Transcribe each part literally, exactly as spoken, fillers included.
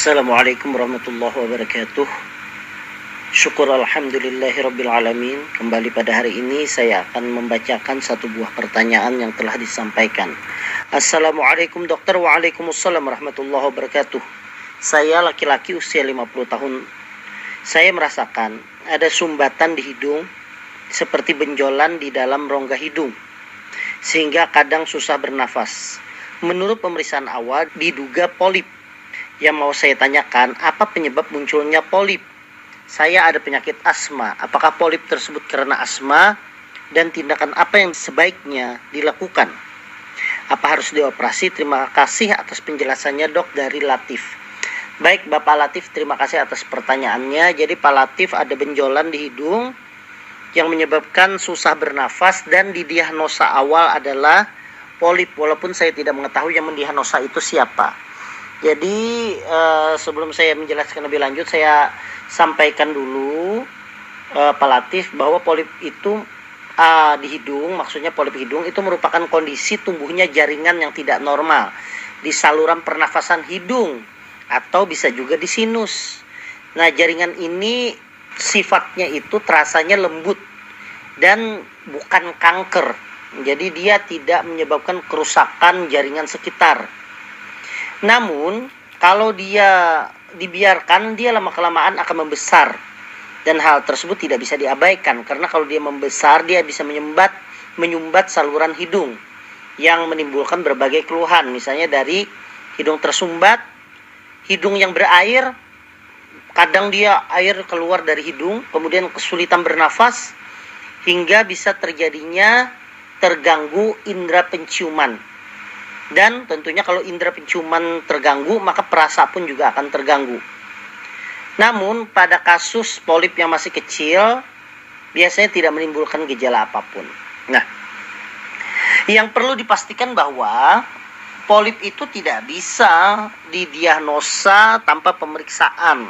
Assalamualaikum warahmatullahi wabarakatuh. Syukur alhamdulillahi rabbil alamin. Kembali pada hari ini saya akan membacakan satu buah pertanyaan yang telah disampaikan. Assalamualaikum dokter. Waalaikumsalam warahmatullahi wabarakatuh. Saya laki-laki usia lima puluh tahun. Saya merasakan ada sumbatan di hidung seperti benjolan di dalam rongga hidung, sehingga kadang susah bernafas. Menurut pemeriksaan awal diduga polip. Yang mau saya tanyakan, apa penyebab munculnya polip? Saya ada penyakit asma. Apakah polip tersebut karena asma? Dan tindakan apa yang sebaiknya dilakukan? Apa harus dioperasi? Terima kasih atas penjelasannya dok, dari Latif. Baik Bapak Latif, terima kasih atas pertanyaannya. Jadi Pak Latif ada benjolan di hidung yang menyebabkan susah bernafas, dan didiagnosa awal adalah polip. Walaupun saya tidak mengetahui yang mendiagnosa itu siapa. Jadi uh, sebelum saya menjelaskan lebih lanjut, saya sampaikan dulu uh, Pak Latif bahwa polip itu uh, di hidung, maksudnya polip hidung itu merupakan kondisi tumbuhnya jaringan yang tidak normal di saluran pernafasan hidung atau bisa juga di sinus. Nah, jaringan ini sifatnya itu terasanya lembut dan bukan kanker. Jadi dia tidak menyebabkan kerusakan jaringan sekitar. Namun, kalau dia dibiarkan, dia lama-kelamaan akan membesar. Dan hal tersebut tidak bisa diabaikan, karena kalau dia membesar, dia bisa menyumbat, menyumbat saluran hidung yang menimbulkan berbagai keluhan. Misalnya dari hidung tersumbat, hidung yang berair, kadang dia air keluar dari hidung, kemudian kesulitan bernafas, hingga bisa terjadinya terganggu indera penciuman. Dan tentunya kalau indera penciuman terganggu, maka perasa pun juga akan terganggu. Namun pada kasus polip yang masih kecil, biasanya tidak menimbulkan gejala apapun. Nah, yang perlu dipastikan bahwa polip itu tidak bisa didiagnosa tanpa pemeriksaan.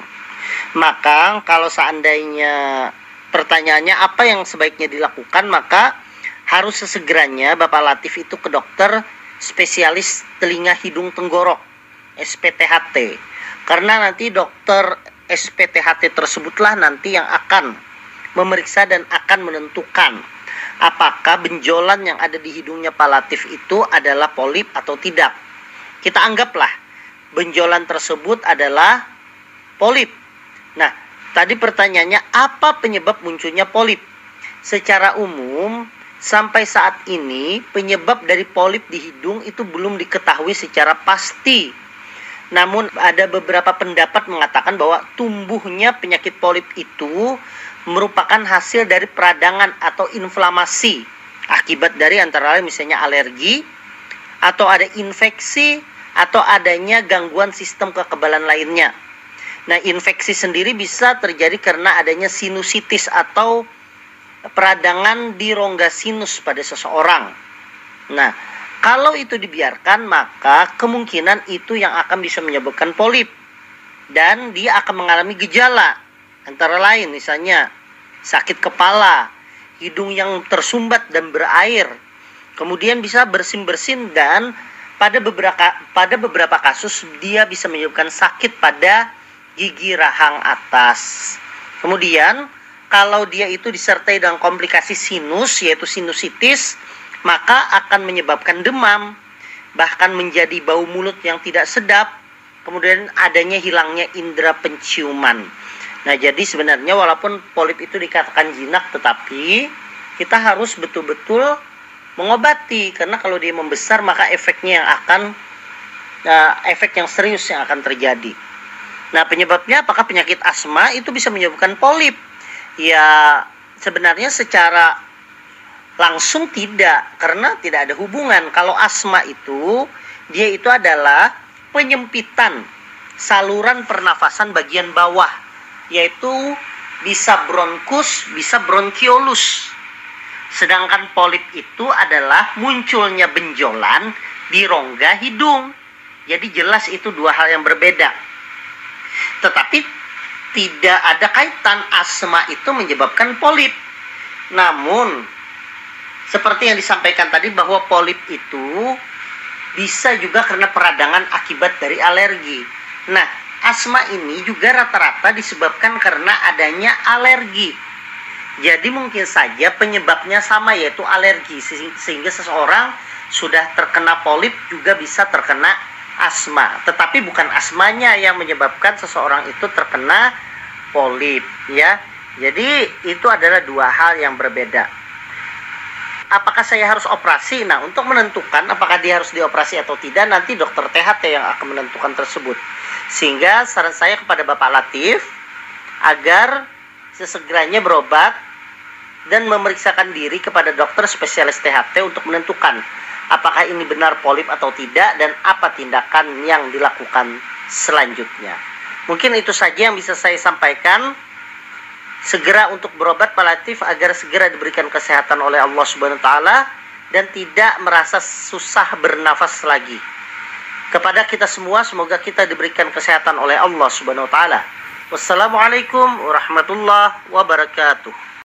Maka kalau seandainya pertanyaannya apa yang sebaiknya dilakukan, maka harus sesegeranya Bapak Latif itu ke dokter spesialis telinga hidung tenggorok S P T H T, karena nanti dokter S P T H T tersebutlah nanti yang akan memeriksa dan akan menentukan apakah benjolan yang ada di hidungnya Pak Latif itu adalah polip atau tidak. Kita anggaplah benjolan tersebut adalah polip. Nah, tadi pertanyaannya apa penyebab munculnya polip? Secara umum sampai saat ini penyebab dari polip di hidung itu belum diketahui secara pasti. Namun ada beberapa pendapat mengatakan bahwa tumbuhnya penyakit polip itu merupakan hasil dari peradangan atau inflamasi akibat dari antara lain misalnya alergi, atau ada infeksi, atau adanya gangguan sistem kekebalan lainnya. Nah, infeksi sendiri bisa terjadi karena adanya sinusitis atau peradangan di rongga sinus pada seseorang. Nah, kalau itu dibiarkan, maka kemungkinan itu yang akan bisa menyebabkan polip. Dan dia akan mengalami gejala. Antara lain misalnya sakit kepala, hidung yang tersumbat dan berair. Kemudian bisa bersin-bersin, dan pada beberapa pada beberapa kasus dia bisa menyebabkan sakit pada gigi rahang atas. Kemudian kalau dia itu disertai dengan komplikasi sinus, yaitu sinusitis, maka akan menyebabkan demam, bahkan menjadi bau mulut yang tidak sedap, kemudian adanya hilangnya indera penciuman. Nah, jadi sebenarnya walaupun polip itu dikatakan jinak, tetapi kita harus betul-betul mengobati, karena kalau dia membesar, maka efeknya yang akan, uh, efek yang serius yang akan terjadi. Nah, penyebabnya apakah penyakit asma itu bisa menyebabkan polip? Ya, sebenarnya secara langsung tidak, karena tidak ada hubungan. Kalau asma itu, dia itu adalah penyempitan saluran pernafasan bagian bawah, yaitu bisa bronkus, bisa bronkiolus. Sedangkan polip itu adalah munculnya benjolan di rongga hidung. Jadi jelas itu dua hal yang berbeda. Tetapi tidak ada kaitan asma itu menyebabkan polip. Namun seperti yang disampaikan tadi bahwa polip itu bisa juga karena peradangan akibat dari alergi. Nah, asma ini juga rata-rata disebabkan karena adanya alergi. Jadi mungkin saja penyebabnya sama, yaitu alergi, sehingga seseorang sudah terkena polip juga bisa terkena asma. Tetapi bukan asmanya yang menyebabkan seseorang itu terkena polip, ya. Jadi itu adalah dua hal yang berbeda. Apakah saya harus operasi? Nah, untuk menentukan apakah dia harus dioperasi atau tidak, nanti dokter T H T yang akan menentukan tersebut. Sehingga saran saya kepada Bapak Latif agar sesegeranya berobat dan memeriksakan diri kepada dokter spesialis T H T untuk menentukan apakah ini benar polip atau tidak dan apa tindakan yang dilakukan selanjutnya. Mungkin itu saja yang bisa saya sampaikan. Segera untuk berobat Pak Latif agar segera diberikan kesehatan oleh Allah Subhanahu wa taala dan tidak merasa susah bernafas lagi. Kepada kita semua, semoga kita diberikan kesehatan oleh Allah Subhanahu wa taala. Wassalamualaikum warahmatullahi wabarakatuh.